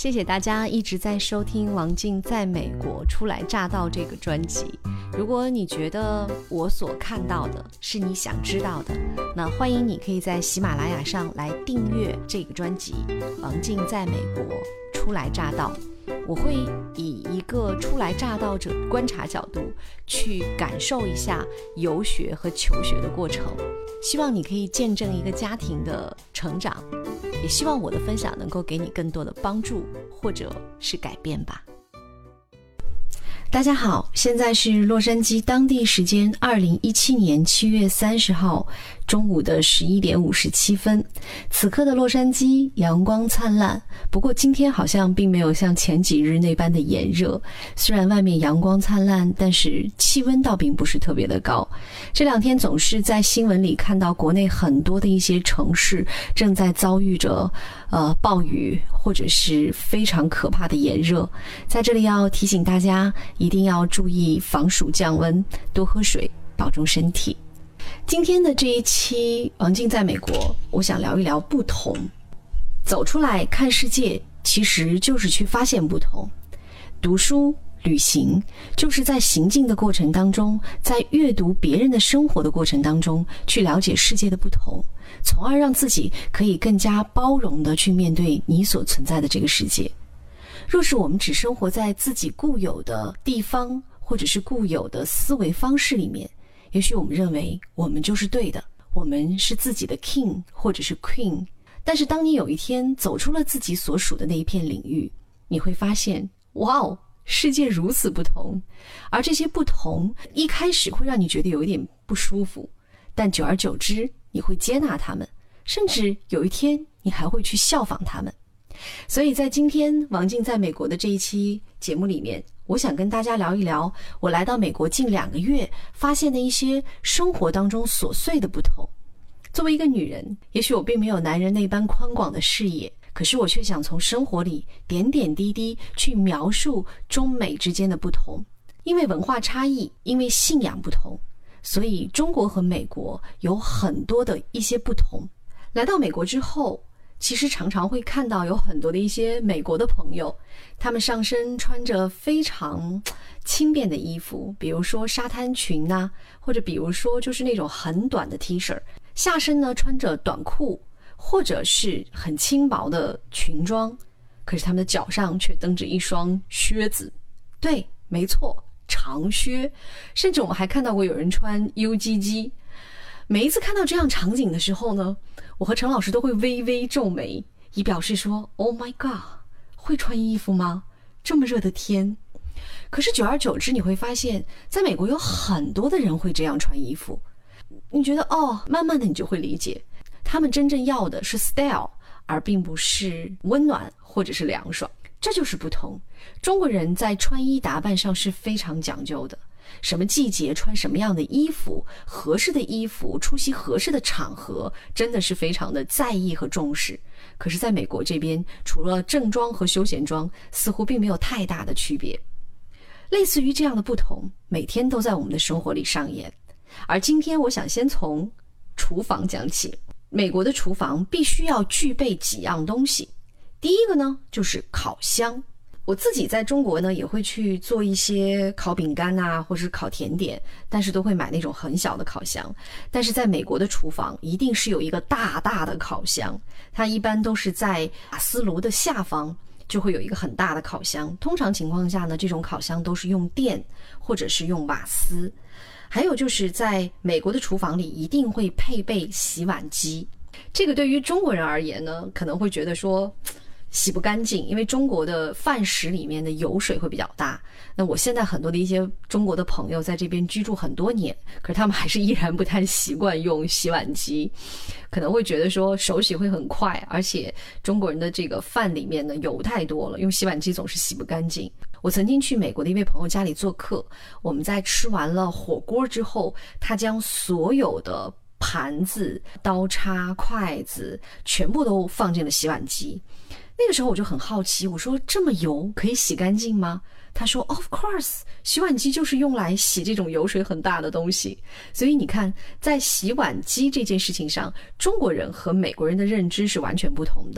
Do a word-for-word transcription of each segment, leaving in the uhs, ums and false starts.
谢谢大家一直在收听王静在美国初来乍到这个专辑。如果你觉得我所看到的是你想知道的，那欢迎你可以在喜马拉雅上来订阅这个专辑王静在美国初来乍到。我会以一个初来乍到者观察角度去感受一下游学和求学的过程，希望你可以见证一个家庭的成长，也希望我的分享能够给你更多的帮助或者是改变吧。大家好，现在是洛杉矶当地时间二零一七年七月三十号中午的十一点五十七分。此刻的洛杉矶阳光灿烂，不过今天好像并没有像前几日那般的炎热，虽然外面阳光灿烂，但是气温倒并不是特别的高。这两天总是在新闻里看到国内很多的一些城市正在遭遇着呃暴雨或者是非常可怕的炎热，在这里要提醒大家一定要注意防暑降温，多喝水，保重身体。今天的这一期王静在美国，我想聊一聊不同。走出来看世界，其实就是去发现不同。读书旅行，就是在行进的过程当中，在阅读别人的生活的过程当中，去了解世界的不同，从而让自己可以更加包容地去面对你所存在的这个世界。若是我们只生活在自己固有的地方，或者是固有的思维方式里面，也许我们认为我们就是对的，我们是自己的 king 或者是 queen。 但是当你有一天走出了自己所属的那一片领域，你会发现，哇哦，世界如此不同。而这些不同一开始会让你觉得有一点不舒服，但久而久之你会接纳他们，甚至有一天你还会去效仿他们。所以在今天王静在美国的这一期节目里面，我想跟大家聊一聊我来到美国近两个月发现的一些生活当中琐碎的不同。作为一个女人，也许我并没有男人那般宽广的视野，可是我却想从生活里点点滴滴去描述中美之间的不同。因为文化差异，因为信仰不同，所以中国和美国有很多的一些不同。来到美国之后，其实常常会看到有很多的一些美国的朋友，他们上身穿着非常轻便的衣服，比如说沙滩裙啊，或者比如说就是那种很短的 T 恤，下身呢穿着短裤或者是很轻薄的裙装，可是他们的脚上却蹬着一双靴子。对，没错，长靴。甚至我们还看到过有人穿 U G G。 每一次看到这样场景的时候呢，我和陈老师都会微微皱眉，以表示说 Oh my god， 会穿衣服吗？这么热的天。可是久而久之你会发现，在美国有很多的人会这样穿衣服。你觉得哦，慢慢的你就会理解，他们真正要的是 style， 而并不是温暖或者是凉爽。这就是不同。中国人在穿衣打扮上是非常讲究的，什么季节穿什么样的衣服，合适的衣服，出席合适的场合，真的是非常的在意和重视。可是在美国这边，除了正装和休闲装，似乎并没有太大的区别。类似于这样的不同，每天都在我们的生活里上演。而今天我想先从厨房讲起。美国的厨房必须要具备几样东西。第一个呢，就是烤箱。我自己在中国呢也会去做一些烤饼干啊，或是烤甜点，但是都会买那种很小的烤箱。但是在美国的厨房一定是有一个大大的烤箱，它一般都是在瓦斯炉的下方就会有一个很大的烤箱。通常情况下呢，这种烤箱都是用电或者是用瓦斯。还有就是在美国的厨房里一定会配备洗碗机。这个对于中国人而言呢，可能会觉得说洗不干净，因为中国的饭食里面的油水会比较大。那我现在很多的一些中国的朋友在这边居住很多年，可是他们还是依然不太习惯用洗碗机，可能会觉得说手洗会很快，而且中国人的这个饭里面呢油太多了，用洗碗机总是洗不干净。我曾经去美国的一位朋友家里做客，我们在吃完了火锅之后，他将所有的盘子、刀叉、筷子全部都放进了洗碗机。那个时候我就很好奇，我说这么油可以洗干净吗？他说 Of course， 洗碗机就是用来洗这种油水很大的东西。所以你看，在洗碗机这件事情上，中国人和美国人的认知是完全不同的。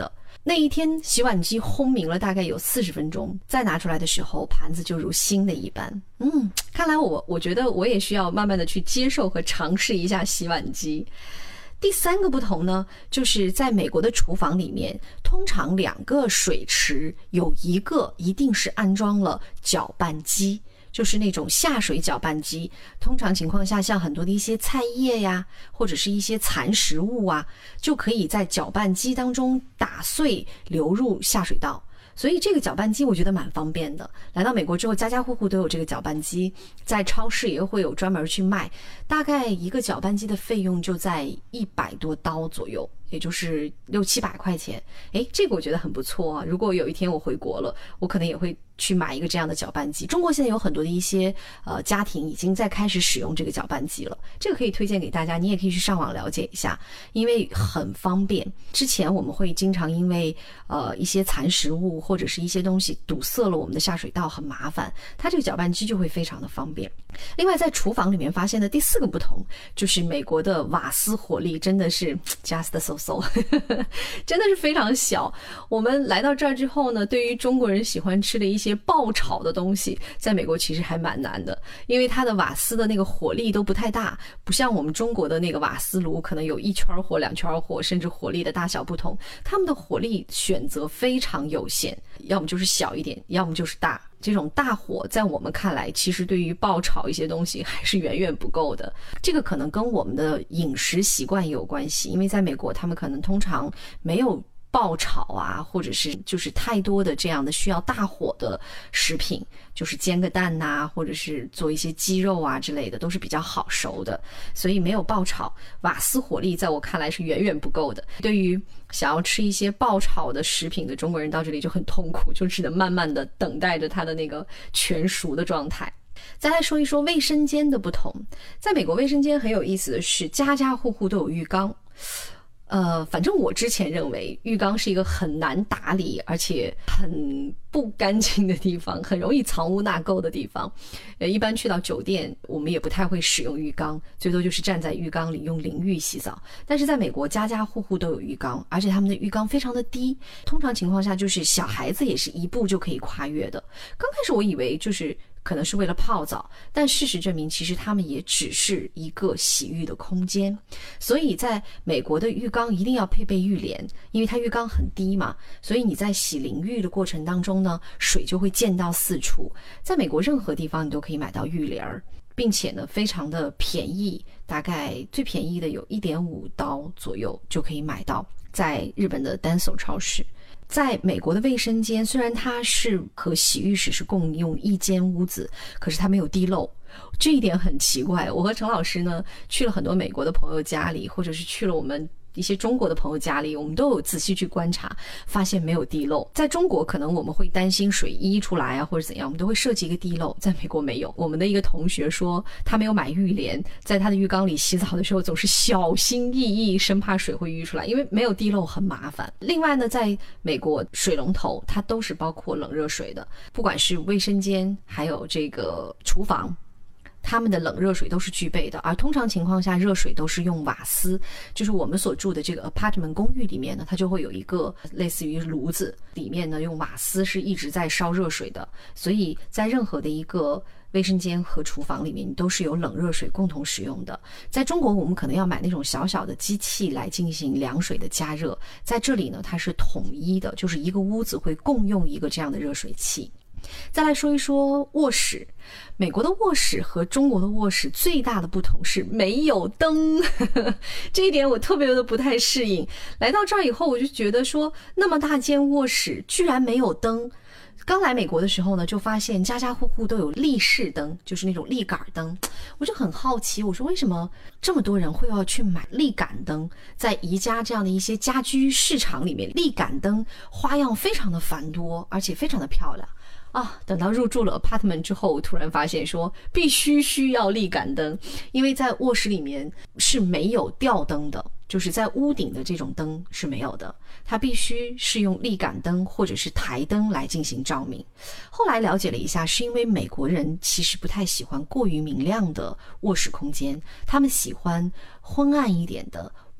那一天洗碗机轰鸣了大概有四十分钟，再拿出来的时候盘子就如新的一般。嗯，看来我我觉得我也需要慢慢的去接受和尝试一下洗碗机。第三个不同呢，就是在美国的厨房里面，通常两个水池有一个一定是安装了搅拌机，就是那种下水搅拌机。通常情况下，像很多的一些菜叶呀，或者是一些残食物啊，就可以在搅拌机当中打碎流入下水道。所以这个搅拌机我觉得蛮方便的。来到美国之后，家家户户都有这个搅拌机，在超市也会有专门去卖，大概一个搅拌机的费用就在一百多刀左右，也就是六七百块钱。诶，这个我觉得很不错啊。如果有一天我回国了，我可能也会去买一个这样的搅拌机。中国现在有很多的一些呃家庭已经在开始使用这个搅拌机了，这个可以推荐给大家，你也可以去上网了解一下，因为很方便。之前我们会经常因为呃一些残食物或者是一些东西堵塞了我们的下水道，很麻烦，它这个搅拌机就会非常的方便。另外在厨房里面发现的第四个不同，就是美国的瓦斯火力真的是 just so so 真的是非常小。我们来到这儿之后呢，对于中国人喜欢吃的一些爆炒的东西，在美国其实还蛮难的，因为它的瓦斯的那个火力都不太大，不像我们中国的那个瓦斯炉可能有一圈火两圈火，甚至火力的大小不同，他们的火力选择非常有限，要么就是小一点，要么就是大。这种大火在我们看来其实对于爆炒一些东西还是远远不够的。这个可能跟我们的饮食习惯也有关系，因为在美国他们可能通常没有爆炒啊，或者是就是太多的这样的需要大火的食品，就是煎个蛋呐、啊，或者是做一些鸡肉啊之类的，都是比较好熟的，所以没有爆炒，瓦斯火力在我看来是远远不够的。对于想要吃一些爆炒的食品的中国人到这里就很痛苦，就只能慢慢的等待着它的那个全熟的状态。再来说一说卫生间的不同，在美国卫生间很有意思的是，家家户户都有浴缸。呃，反正我之前认为浴缸是一个很难打理而且很不干净的地方，很容易藏污纳垢的地方。呃，一般去到酒店，我们也不太会使用浴缸，最多就是站在浴缸里用淋浴洗澡。但是在美国，家家户户都有浴缸，而且他们的浴缸非常的低，通常情况下就是小孩子也是一步就可以跨越的。刚开始我以为就是可能是为了泡澡，但事实证明其实他们也只是一个洗浴的空间。所以在美国的浴缸一定要配备浴帘，因为它浴缸很低嘛，所以你在洗淋浴的过程当中呢，水就会溅到四处。在美国任何地方你都可以买到浴帘，并且呢非常的便宜，大概最便宜的有 一点五刀左右就可以买到，在日本的丹索超市。在美国的卫生间，虽然它是和洗浴室是共用一间屋子，可是它没有地漏，这一点很奇怪。我和陈老师呢去了很多美国的朋友家里，或者是去了我们一些中国的朋友家里，我们都有仔细去观察，发现没有地漏。在中国可能我们会担心水溢出来啊，或者怎样，我们都会设计一个地漏，在美国没有。我们的一个同学说他没有买浴帘，在他的浴缸里洗澡的时候总是小心翼翼，生怕水会溢出来，因为没有地漏很麻烦。另外呢，在美国水龙头它都是包括冷热水的，不管是卫生间还有这个厨房，他们的冷热水都是具备的。而通常情况下热水都是用瓦斯，就是我们所住的这个 apartment 公寓里面呢，它就会有一个类似于炉子，里面呢用瓦斯是一直在烧热水的，所以在任何的一个卫生间和厨房里面你都是有冷热水共同使用的。在中国我们可能要买那种小小的机器来进行凉水的加热，在这里呢它是统一的，就是一个屋子会共用一个这样的热水器。再来说一说卧室，美国的卧室和中国的卧室最大的不同是没有灯这一点我特别的不太适应。来到这儿以后我就觉得说，那么大间卧室居然没有灯。刚来美国的时候呢，就发现家家户户都有立式灯，就是那种立杆灯。我就很好奇，我说为什么这么多人会要去买立杆灯？在宜家这样的一些家居市场里面，立杆灯花样非常的繁多，而且非常的漂亮啊，等到入住了 apartment 之后，我突然发现说必须需要立杆灯，因为在卧室里面是没有吊灯的，就是在屋顶的这种灯是没有的，它必须是用立杆灯或者是台灯来进行照明。后来了解了一下，是因为美国人其实不太喜欢过于明亮的卧室空间，他们喜欢昏暗一点的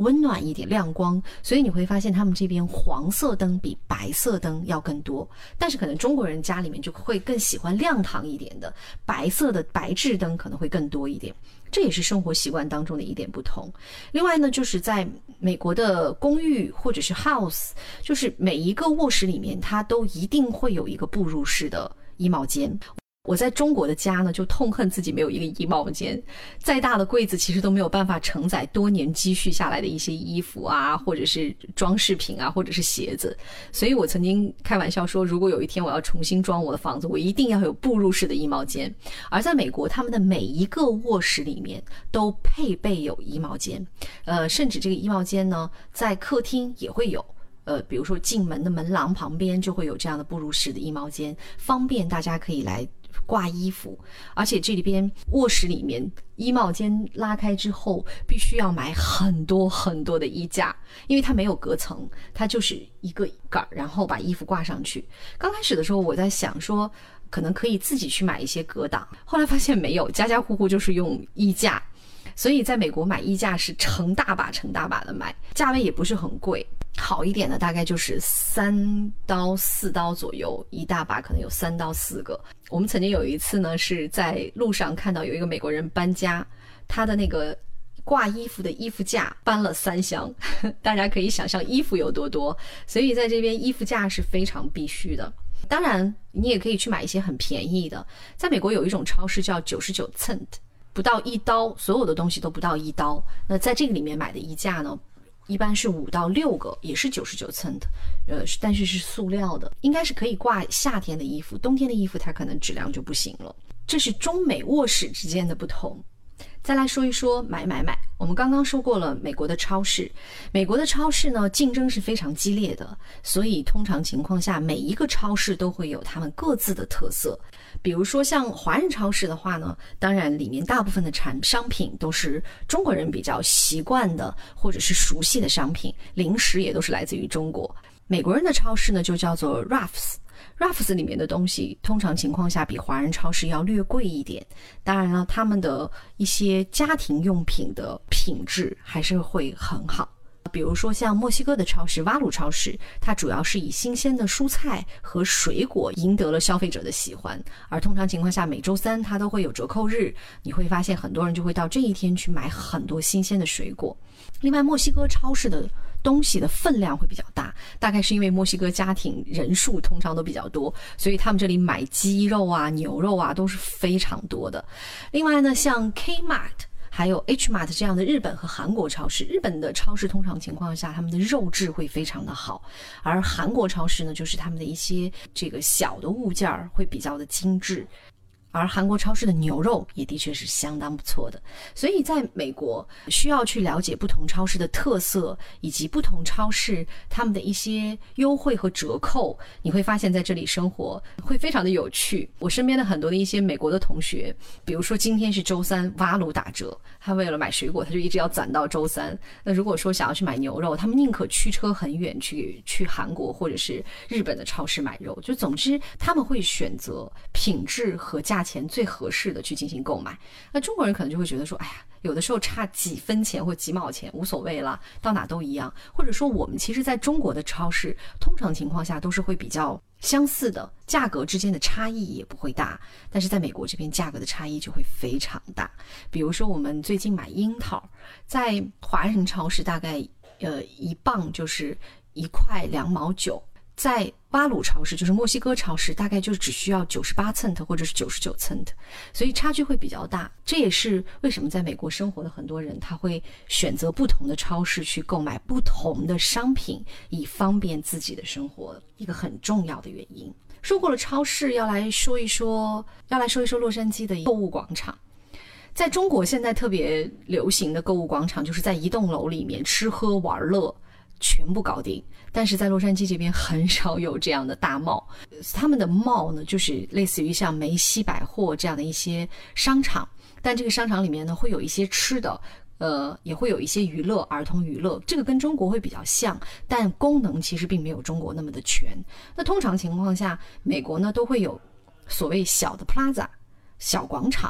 温暖一点，亮光，所以你会发现他们这边黄色灯比白色灯要更多，但是可能中国人家里面就会更喜欢亮堂一点的，白色的白炽灯可能会更多一点，这也是生活习惯当中的一点不同。另外呢，就是在美国的公寓或者是 house， 就是每一个卧室里面它都一定会有一个步入式的衣帽间。我在中国的家呢，就痛恨自己没有一个衣帽间，再大的柜子其实都没有办法承载多年积蓄下来的一些衣服啊，或者是装饰品啊，或者是鞋子。所以我曾经开玩笑说，如果有一天我要重新装我的房子，我一定要有步入式的衣帽间。而在美国，他们的每一个卧室里面都配备有衣帽间，呃，甚至这个衣帽间呢，在客厅也会有。呃，比如说进门的门廊旁边就会有这样的步入式的衣帽间，方便大家可以来挂衣服。而且这里边卧室里面衣帽间拉开之后必须要买很多很多的衣架，因为它没有隔层，它就是一个杆，然后把衣服挂上去。刚开始的时候我在想说可能可以自己去买一些隔挡，后来发现没有，家家户户就是用衣架。所以在美国买衣架是成大把成大把的买，价位也不是很贵，好一点的大概就是三刀四刀左右，一大把可能有三到四个。我们曾经有一次呢，是在路上看到有一个美国人搬家，他的那个挂衣服的衣服架搬了三箱，大家可以想象衣服有多多，所以在这边衣服架是非常必须的。当然你也可以去买一些很便宜的，在美国有一种超市叫九十九 cent，不到一刀，所有的东西都不到一刀。那在这个里面买的衣架呢，一般是五到六个，也是九十九 cent， 呃，但是是塑料的，应该是可以挂夏天的衣服，冬天的衣服它可能质量就不行了。这是中美卧室之间的不同。再来说一说买买买，我们刚刚说过了美国的超市，美国的超市呢竞争是非常激烈的，所以通常情况下每一个超市都会有他们各自的特色。比如说像华人超市的话呢，当然里面大部分的产商品都是中国人比较习惯的或者是熟悉的商品，零食也都是来自于中国。美国人的超市呢就叫做 Ralphs，Ralphs 里面的东西通常情况下比华人超市要略贵一点，当然了，他们的一些家庭用品的品质还是会很好。比如说像墨西哥的超市，瓦鲁超市，它主要是以新鲜的蔬菜和水果赢得了消费者的喜欢，而通常情况下每周三它都会有折扣日，你会发现很多人就会到这一天去买很多新鲜的水果。另外墨西哥超市的东西的分量会比较大，大概是因为墨西哥家庭人数通常都比较多，所以他们这里买鸡肉啊牛肉啊都是非常多的。另外呢，像 Kmart还有 H Mart 这样的日本和韩国超市，日本的超市通常情况下他们的肉质会非常的好，而韩国超市呢就是他们的一些这个小的物件会比较的精致，而韩国超市的牛肉也的确是相当不错的。所以在美国需要去了解不同超市的特色，以及不同超市他们的一些优惠和折扣，你会发现在这里生活会非常的有趣。我身边的很多的一些美国的同学，比如说今天是周三，瓦鲁打折，他为了买水果他就一直要攒到周三。那如果说想要去买牛肉，他们宁可驱车很远去去韩国或者是日本的超市买肉，就总之他们会选择品质和价钱最合适的去进行购买。那中国人可能就会觉得说，哎呀，有的时候差几分钱或几毛钱无所谓了，到哪都一样。或者说我们其实在中国的超市通常情况下都是会比较相似的，价格之间的差异也不会大，但是在美国这边价格的差异就会非常大。比如说我们最近买樱桃，在华人超市大概呃一磅就是一块两毛九，在巴鲁超市就是墨西哥超市大概就只需要九十八 cent 或者是九十九 cent， 所以差距会比较大。这也是为什么在美国生活的很多人他会选择不同的超市去购买不同的商品，以方便自己的生活，一个很重要的原因。说过了超市，要来说一说要来说一说洛杉矶的购物广场。在中国现在特别流行的购物广场就是在一栋楼里面吃喝玩乐全部搞定，但是在洛杉矶这边很少有这样的大mall，他们的mall呢就是类似于像梅西百货这样的一些商场，但这个商场里面呢会有一些吃的，呃，也会有一些娱乐，儿童娱乐，这个跟中国会比较像，但功能其实并没有中国那么的全。那通常情况下美国呢都会有所谓小的 plaza 小广场，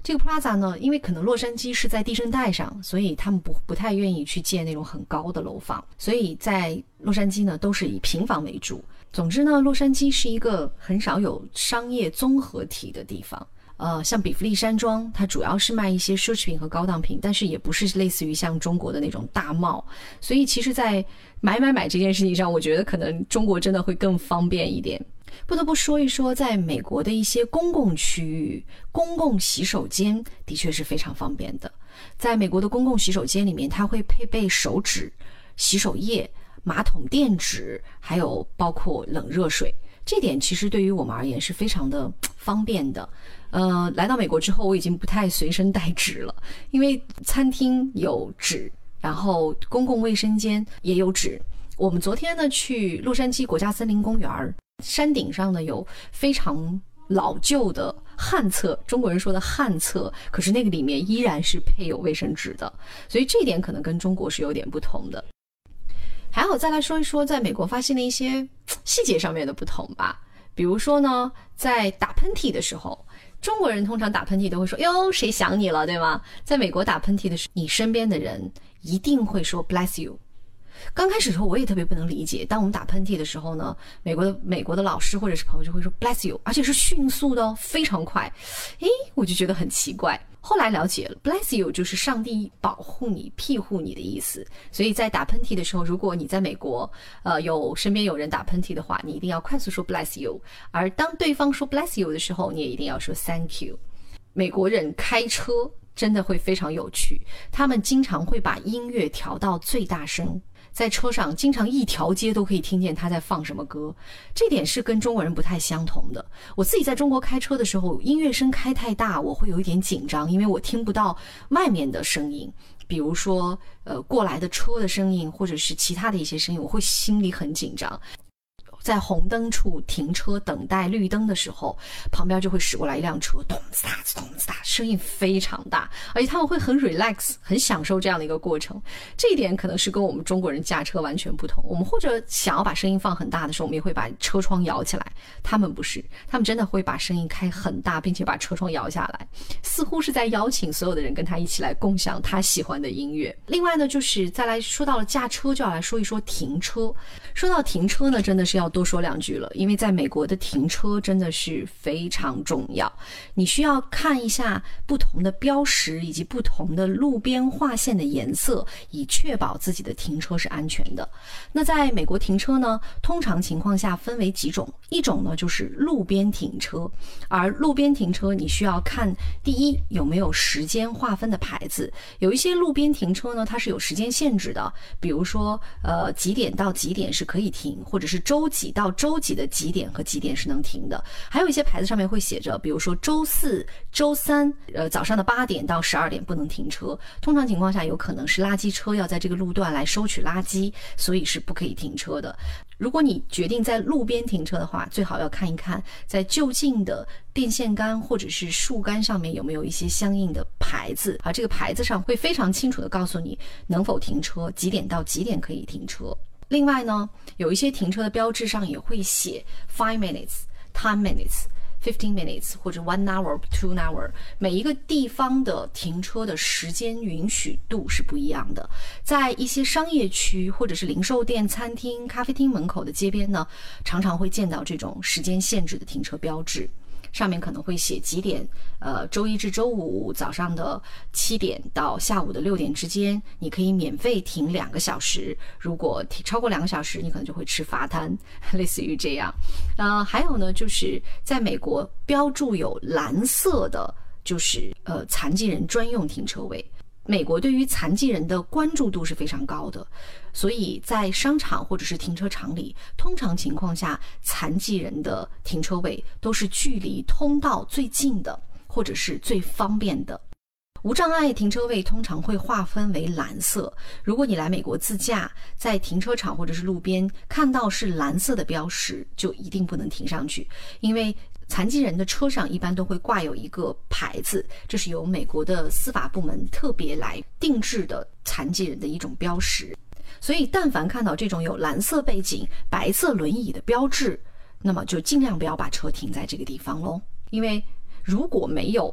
这个 Plaza 呢，因为可能洛杉矶是在地震带上，所以他们不不太愿意去建那种很高的楼房，所以在洛杉矶呢都是以平房为主。总之呢，洛杉矶是一个很少有商业综合体的地方。呃，像比弗利山庄，它主要是卖一些奢侈品和高档品，但是也不是类似于像中国的那种大贸，所以其实在买买买这件事情上，我觉得可能中国真的会更方便一点。不得不说一说，在美国的一些公共区域，公共洗手间的确是非常方便的。在美国的公共洗手间里面，它会配备手纸、洗手液、马桶垫纸，还有包括冷热水。这点其实对于我们而言是非常的方便的。呃，来到美国之后，我已经不太随身带纸了，因为餐厅有纸，然后公共卫生间也有纸。我们昨天呢去洛杉矶国家森林公园，山顶上呢有非常老旧的旱厕，中国人说的旱厕，可是那个里面依然是配有卫生纸的，所以这一点可能跟中国是有点不同的。还好再来说一说在美国发现的一些细节上面的不同吧。比如说呢，在打喷嚏的时候，中国人通常打喷嚏都会说哟谁想你了，对吗？在美国打喷嚏的时候，你身边的人一定会说 bless you。刚开始的时候我也特别不能理解，当我们打喷嚏的时候呢，美国的美国的老师或者是朋友就会说 bless you， 而且是迅速的哦，非常快。诶，我就觉得很奇怪。后来了解了 bless you 就是上帝保护你庇护你的意思，所以在打喷嚏的时候，如果你在美国呃有身边有人打喷嚏的话，你一定要快速说 bless you， 而当对方说 bless you 的时候，你也一定要说 thank you。 美国人开车真的会非常有趣，他们经常会把音乐调到最大声，在车上经常一条街都可以听见他在放什么歌，这点是跟中国人不太相同的。我自己在中国开车的时候，音乐声开太大，我会有一点紧张，因为我听不到外面的声音，比如说呃过来的车的声音，或者是其他的一些声音，我会心里很紧张。在红灯处停车等待绿灯的时候，旁边就会驶过来一辆车，咚呲哒咚呲哒，声音非常大，而且他们会很 relax， 很享受这样的一个过程。这一点可能是跟我们中国人驾车完全不同。我们或者想要把声音放很大的时候，我们也会把车窗摇起来，他们不是，他们真的会把声音开很大，并且把车窗摇下来，似乎是在邀请所有的人跟他一起来共享他喜欢的音乐。另外呢，就是再来说到了驾车，就要来说一说停车。说到停车呢，真的是要多说两句了，因为在美国的停车真的是非常重要，你需要看一下不同的标识以及不同的路边划线的颜色，以确保自己的停车是安全的。那在美国停车呢，通常情况下分为几种，一种呢就是路边停车，而路边停车你需要看第一有没有时间划分的牌子，有一些路边停车呢它是有时间限制的，比如说呃几点到几点是可以停，或者是周几到周几的几点和几点是能停的。还有一些牌子上面会写着，比如说周四、周三，呃，早上的八点到十二点不能停车。通常情况下，有可能是垃圾车要在这个路段来收取垃圾，所以是不可以停车的。如果你决定在路边停车的话，最好要看一看在就近的电线杆或者是树干上面有没有一些相应的牌子，而这个牌子上会非常清楚地告诉你能否停车，几点到几点可以停车。另外呢，有一些停车的标志上也会写 five minutes, ten minutes, fifteen minutes 或者 one hour, two hour， 每一个地方的停车的时间允许度是不一样的。在一些商业区或者是零售店、餐厅、咖啡厅门口的街边呢，常常会见到这种时间限制的停车标志，上面可能会写几点，呃，周一至周五早上的七点到下午的六点之间，你可以免费停两个小时，如果停超过两个小时，你可能就会吃罚单，类似于这样。呃，还有呢，就是在美国标注有蓝色的，就是呃残疾人专用停车位。美国对于残疾人的关注度是非常高的，所以在商场或者是停车场里，通常情况下残疾人的停车位都是距离通道最近的，或者是最方便的。无障碍停车位通常会划分为蓝色，如果你来美国自驾，在停车场或者是路边看到是蓝色的标识，就一定不能停上去，因为残疾人的车上一般都会挂有一个牌子，这是由美国的司法部门特别来定制的残疾人的一种标识。所以但凡看到这种有蓝色背景、白色轮椅的标志，那么就尽量不要把车停在这个地方咯。因为如果没有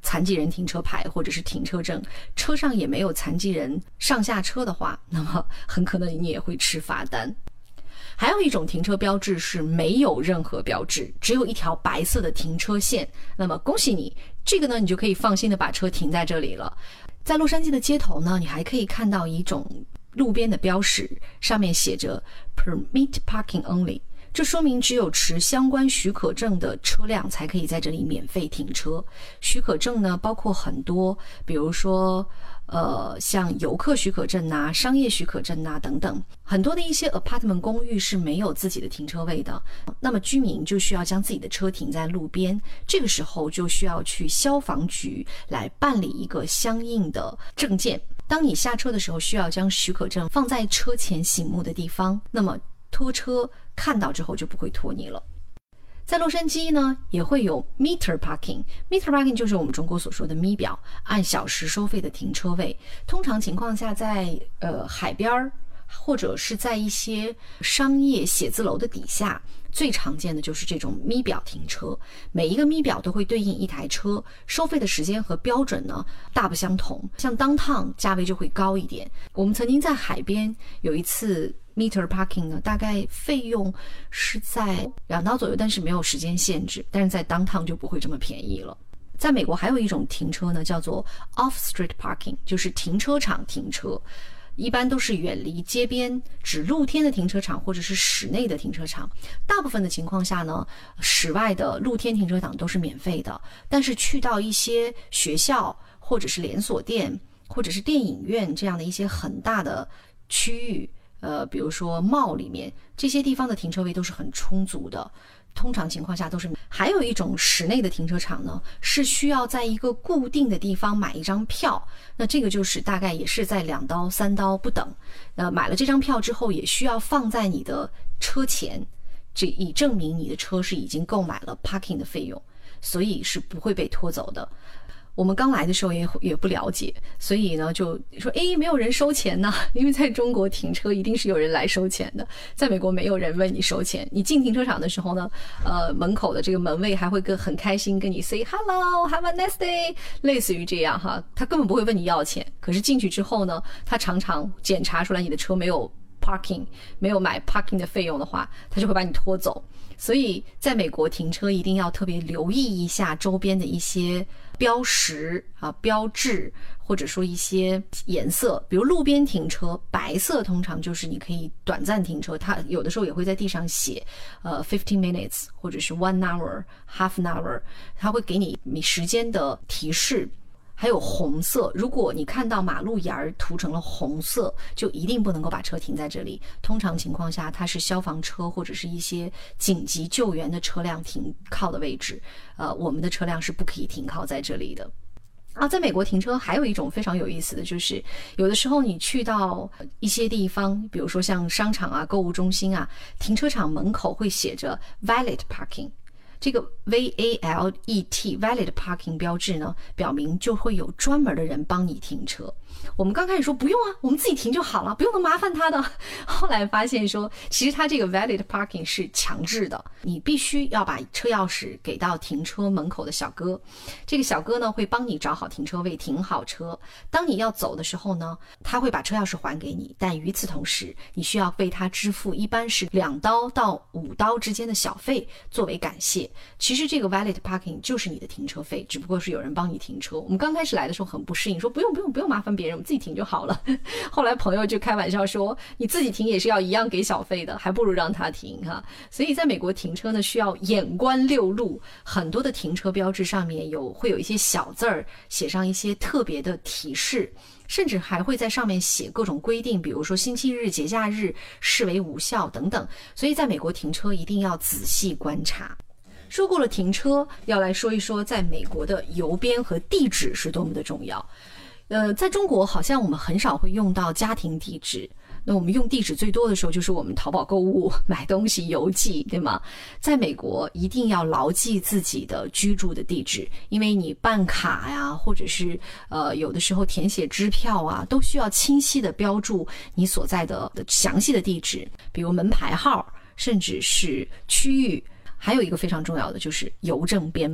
残疾人停车牌或者是停车证，车上也没有残疾人上下车的话，那么很可能你也会吃罚单。还有一种停车标志是没有任何标志，只有一条白色的停车线，那么恭喜你，这个呢你就可以放心的把车停在这里了。在洛杉矶的街头呢，你还可以看到一种路边的标识，上面写着 Permit Parking Only， 这说明只有持相关许可证的车辆才可以在这里免费停车。许可证呢包括很多，比如说呃，像游客许可证啊、商业许可证啊等等，很多的一些 apartment 公寓是没有自己的停车位的，那么居民就需要将自己的车停在路边，这个时候就需要去消防局来办理一个相应的证件。当你下车的时候，需要将许可证放在车前醒目的地方，那么拖车看到之后就不会拖你了。在洛杉矶呢，也会有 meter parking。meter parking 就是我们中国所说的咪表，按小时收费的停车位。通常情况下在，在呃海边或者是在一些商业写字楼的底下，最常见的就是这种咪表停车。每一个咪表都会对应一台车，收费的时间和标准呢大不相同。像 downtown 价位就会高一点。我们曾经在海边有一次meter parking 呢，大概费用是在两刀左右，但是没有时间限制，但是在 downtown 就不会这么便宜了。在美国还有一种停车呢，叫做 off-street parking， 就是停车场停车，一般都是远离街边，指露天的停车场或者是室内的停车场。大部分的情况下呢，室外的露天停车场都是免费的，但是去到一些学校或者是连锁店或者是电影院这样的一些很大的区域，呃，比如说 mall 里面，这些地方的停车位都是很充足的，通常情况下都是。还有一种室内的停车场呢，是需要在一个固定的地方买一张票，那这个就是大概也是在两刀三刀不等。呃，买了这张票之后，也需要放在你的车前，这以证明你的车是已经购买了 parking 的费用，所以是不会被拖走的。我们刚来的时候也也不了解，所以呢就说诶没有人收钱呢，因为在中国停车一定是有人来收钱的，在美国没有人问你收钱。你进停车场的时候呢，呃门口的这个门卫还会跟很开心跟你 say hello have a nice day， 类似于这样哈，他根本不会问你要钱。可是进去之后呢，他常常检查出来你的车没有 parking， 没有买 parking 的费用的话，他就会把你拖走。所以在美国停车一定要特别留意一下周边的一些标识啊、标志，或者说一些颜色。比如路边停车，白色通常就是你可以短暂停车，它有的时候也会在地上写呃fifteen minutes 或者是 one hour half an hour， 它会给你你时间的提示。还有红色，如果你看到马路沿儿涂成了红色，就一定不能够把车停在这里。通常情况下，它是消防车或者是一些紧急救援的车辆停靠的位置，呃，我们的车辆是不可以停靠在这里的。啊，在美国停车还有一种非常有意思的，就是有的时候你去到一些地方，比如说像商场啊、购物中心啊，停车场门口会写着 valet parking。这个 V A L E T valid parking 标志呢，表明就会有专门的人帮你停车。我们刚开始说不用啊，我们自己停就好了，不用那么麻烦他的。后来发现说，其实他这个 valid parking 是强制的，你必须要把车钥匙给到停车门口的小哥，这个小哥呢会帮你找好停车位，停好车。当你要走的时候呢，他会把车钥匙还给你，但与此同时，你需要为他支付一般是两刀到五刀之间的小费作为感谢。其实这个 valid parking 就是你的停车费，只不过是有人帮你停车。我们刚开始来的时候很不适应，说不用不用不用麻烦别人，我们自己停就好了。后来朋友就开玩笑说，你自己停也是要一样给小费的，还不如让他停哈。所以在美国停车呢，需要眼观六路，很多的停车标志上面有会有一些小字儿，写上一些特别的提示，甚至还会在上面写各种规定，比如说星期日、节假日视为无效等等。所以在美国停车一定要仔细观察。说过了停车，要来说一说在美国的邮编和地址是多么的重要。呃，在中国好像我们很少会用到家庭地址，那我们用地址最多的时候就是我们淘宝购物、买东西、邮寄，对吗？在美国一定要牢记自己的居住的地址，因为你办卡呀，或者是呃有的时候填写支票啊，都需要清晰的标注你所在的详细的地址，比如门牌号，甚至是区域。还有一个非常重要的就是邮政编码，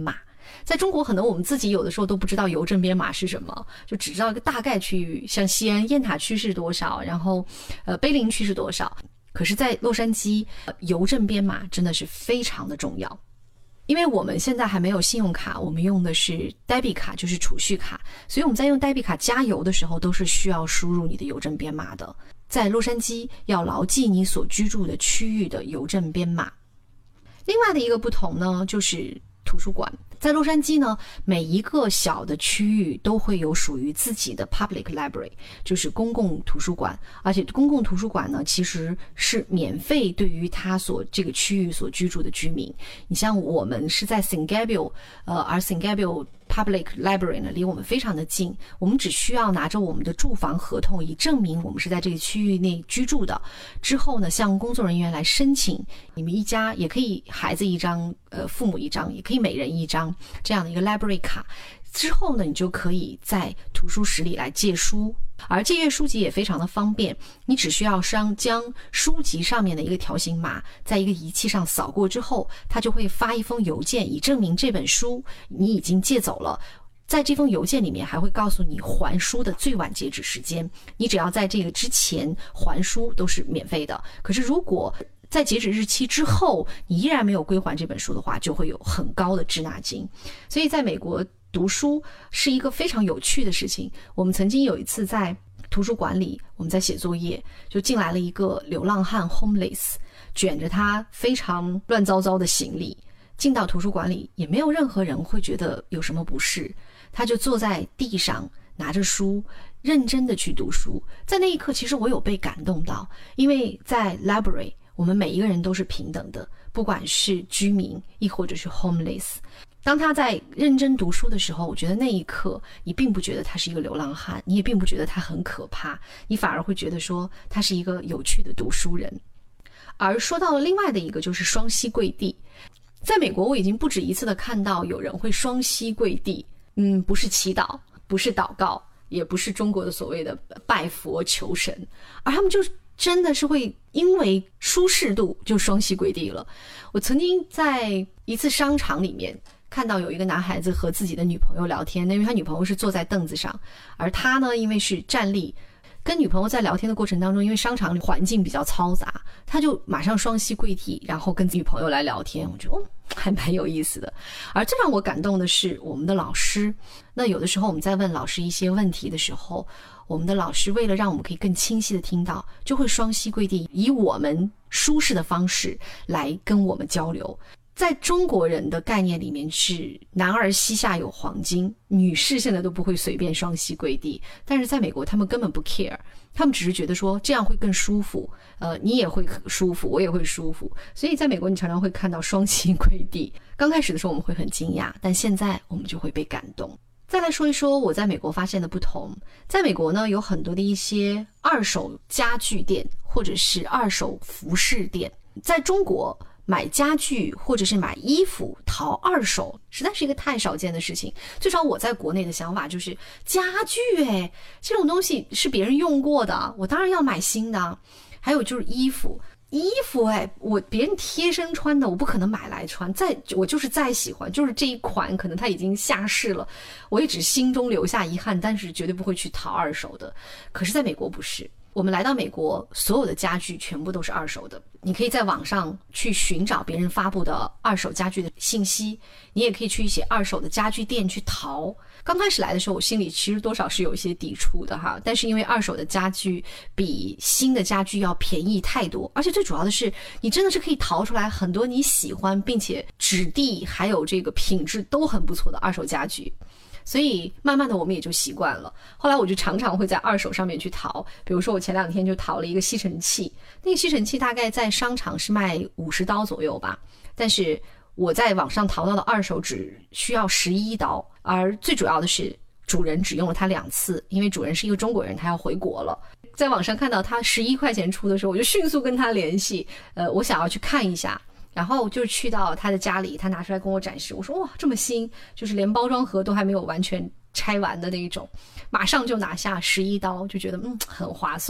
在中国可能我们自己有的时候都不知道邮政编码是什么，就只知道一个大概区域，像西安雁塔区是多少，然后呃碑林区是多少。可是在洛杉矶，呃、邮政编码真的是非常的重要。因为我们现在还没有信用卡，我们用的是 debit 卡，就是储蓄卡，所以我们在用 debit 卡加油的时候都是需要输入你的邮政编码的。在洛杉矶要牢记你所居住的区域的邮政编码。另外的一个不同呢，就是图书馆。在洛杉矶呢，每一个小的区域都会有属于自己的 public library， 就是公共图书馆。而且公共图书馆呢，其实是免费对于他所这个区域所居住的居民。你像我们是在 San Gabriel， 呃，而 San Gabriel Public Library 呢离我们非常的近，我们只需要拿着我们的住房合同以证明我们是在这个区域内居住的，之后呢向工作人员来申请，你们一家也可以孩子一张，呃，父母一张，也可以每人一张这样的一个 library 卡，之后呢你就可以在图书室里来借书。而借阅书籍也非常的方便，你只需要上将书籍上面的一个条形码在一个仪器上扫过之后，它就会发一封邮件以证明这本书你已经借走了。在这封邮件里面还会告诉你还书的最晚截止时间，你只要在这个之前还书都是免费的。可是如果在截止日期之后你依然没有归还这本书的话，就会有很高的滞纳金。所以在美国读书是一个非常有趣的事情。我们曾经有一次在图书馆里，我们在写作业，就进来了一个流浪汉 homeless， 卷着他非常乱糟糟的行李进到图书馆里，也没有任何人会觉得有什么不适。他就坐在地上拿着书认真的去读书。在那一刻其实我有被感动到，因为在 library 我们每一个人都是平等的，不管是居民亦或者是 homeless。当他在认真读书的时候，我觉得那一刻你并不觉得他是一个流浪汉，你也并不觉得他很可怕，你反而会觉得说他是一个有趣的读书人。而说到了另外的一个，就是双膝跪地。在美国我已经不止一次的看到有人会双膝跪地，嗯，不是祈祷，不是祷告，也不是中国的所谓的拜佛求神，而他们就真的是会因为舒适度就双膝跪地了。我曾经在一次商场里面看到有一个男孩子和自己的女朋友聊天，因为他女朋友是坐在凳子上，而他呢因为是站立，跟女朋友在聊天的过程当中，因为商场里环境比较嘈杂，他就马上双膝跪地，然后跟女朋友来聊天。我觉得哦，还蛮有意思的。而最让我感动的是我们的老师。那有的时候我们在问老师一些问题的时候，我们的老师为了让我们可以更清晰的听到，就会双膝跪地，以我们舒适的方式来跟我们交流。在中国人的概念里面是男儿膝下有黄金，女士现在都不会随便双膝跪地，但是在美国他们根本不 care， 他们只是觉得说这样会更舒服，呃，你也会舒服，我也会舒服，所以在美国你常常会看到双膝跪地。刚开始的时候我们会很惊讶，但现在我们就会被感动。再来说一说我在美国发现的不同。在美国呢，有很多的一些二手家具店或者是二手服饰店。在中国买家具或者是买衣服淘二手实在是一个太少见的事情。最少我在国内的想法就是家具诶，这种东西是别人用过的，我当然要买新的。还有就是衣服衣服哎，我别人贴身穿的我不可能买来穿，再我就是再喜欢，就是这一款可能它已经下市了，我也只心中留下遗憾，但是绝对不会去淘二手的。可是在美国不是，我们来到美国，所有的家具全部都是二手的。你可以在网上去寻找别人发布的二手家具的信息，你也可以去一些二手的家具店去淘。刚开始来的时候，我心里其实多少是有一些抵触的哈，但是因为二手的家具比新的家具要便宜太多，而且最主要的是，你真的是可以淘出来很多你喜欢并且质地还有这个品质都很不错的二手家具。所以慢慢的我们也就习惯了。后来我就常常会在二手上面去淘，比如说我前两天就淘了一个吸尘器，那个吸尘器大概在商场是卖五十刀左右吧，但是我在网上淘到的二手只需要十一刀，而最主要的是主人只用了它两次，因为主人是一个中国人，他要回国了。在网上看到他十一块钱出的时候，我就迅速跟他联系，呃，我想要去看一下。然后就去到他的家里，他拿出来跟我展示，我说哇，这么新，就是连包装盒都还没有完全拆完的那一种，马上就拿下十一刀，就觉得嗯很划算。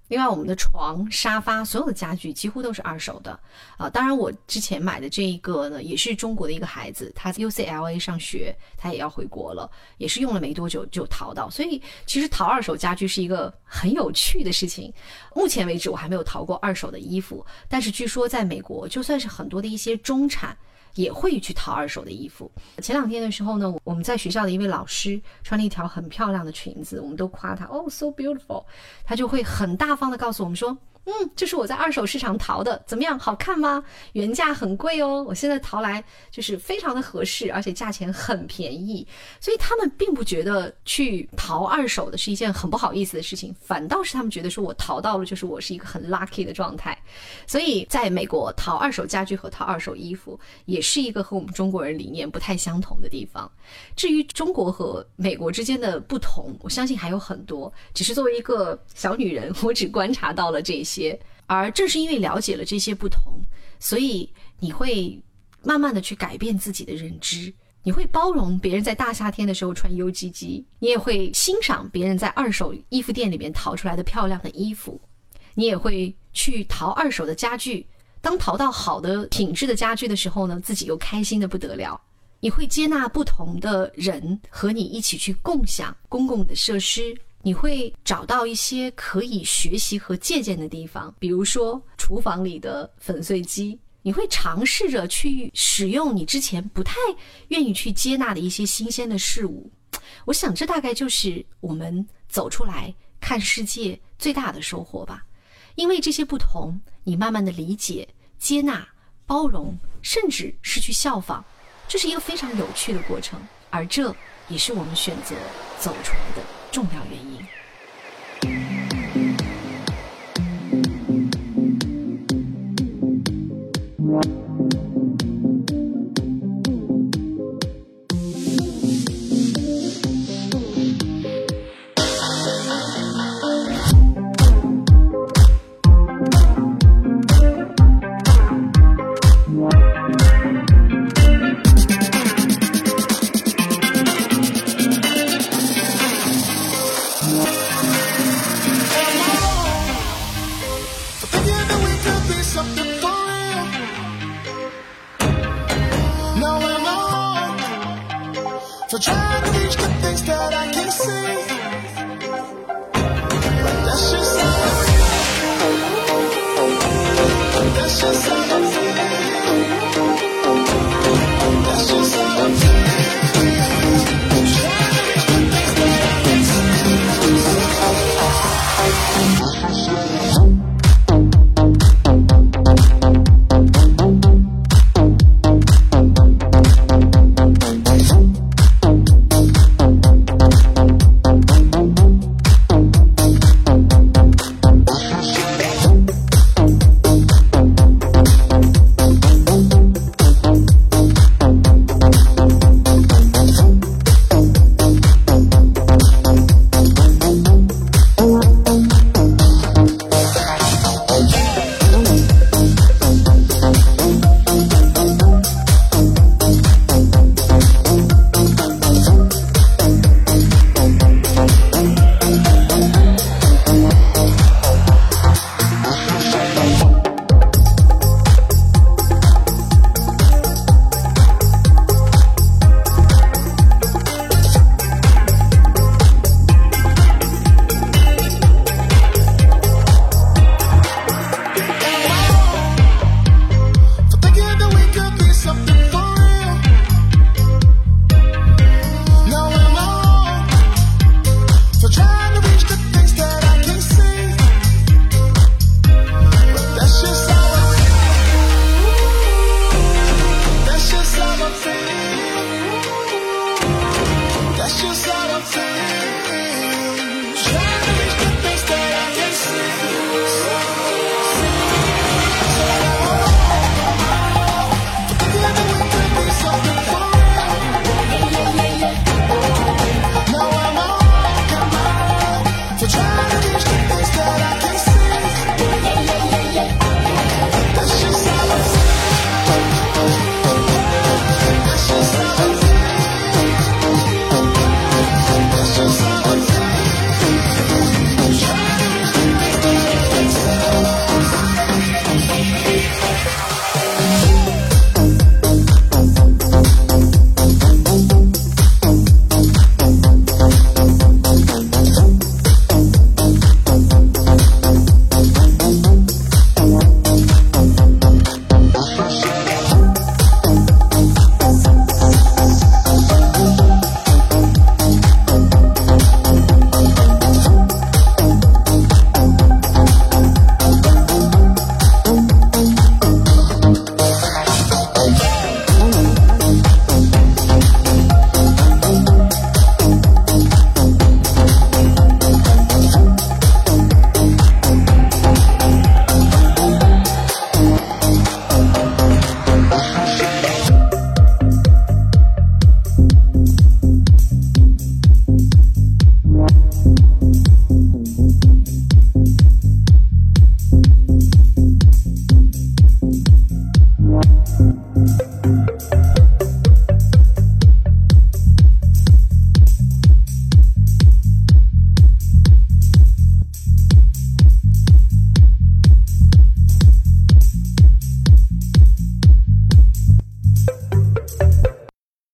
另外我们的床、沙发，所有的家具几乎都是二手的啊、呃。当然我之前买的这一个呢，也是中国的一个孩子，他在 U C L A 上学，他也要回国了，也是用了没多久就淘到。所以其实淘二手家具是一个很有趣的事情。目前为止我还没有淘过二手的衣服，但是据说在美国就算是很多的一些中产也会去淘二手的衣服。前两天的时候呢，我们在学校的一位老师穿了一条很漂亮的裙子，我们都夸她哦 so beautiful， 他就会很大方的告诉我们说，嗯，这是我在二手市场淘的，怎么样，好看吗？原价很贵哦，我现在淘来就是非常的合适，而且价钱很便宜。所以他们并不觉得去淘二手的是一件很不好意思的事情，反倒是他们觉得说我淘到了就是我是一个很 lucky 的状态。所以在美国淘二手家具和淘二手衣服也是一个和我们中国人理念不太相同的地方。至于中国和美国之间的不同，我相信还有很多，只是作为一个小女人，我只观察到了这些。而正是因为了解了这些不同，所以你会慢慢的去改变自己的认知，你会包容别人在大夏天的时候穿 U G G， 你也会欣赏别人在二手衣服店里面淘出来的漂亮的衣服，你也会去淘二手的家具，当淘到好的品质的家具的时候呢，自己又开心的不得了。你会接纳不同的人和你一起去共享公共的设施，你会找到一些可以学习和借鉴的地方，比如说厨房里的粉碎机，你会尝试着去使用你之前不太愿意去接纳的一些新鲜的事物。我想这大概就是我们走出来看世界最大的收获吧。因为这些不同，你慢慢的理解、接纳、包容，甚至是去效仿，这是一个非常有趣的过程，而这也是我们选择走出来的重要原因。 For trying to reach the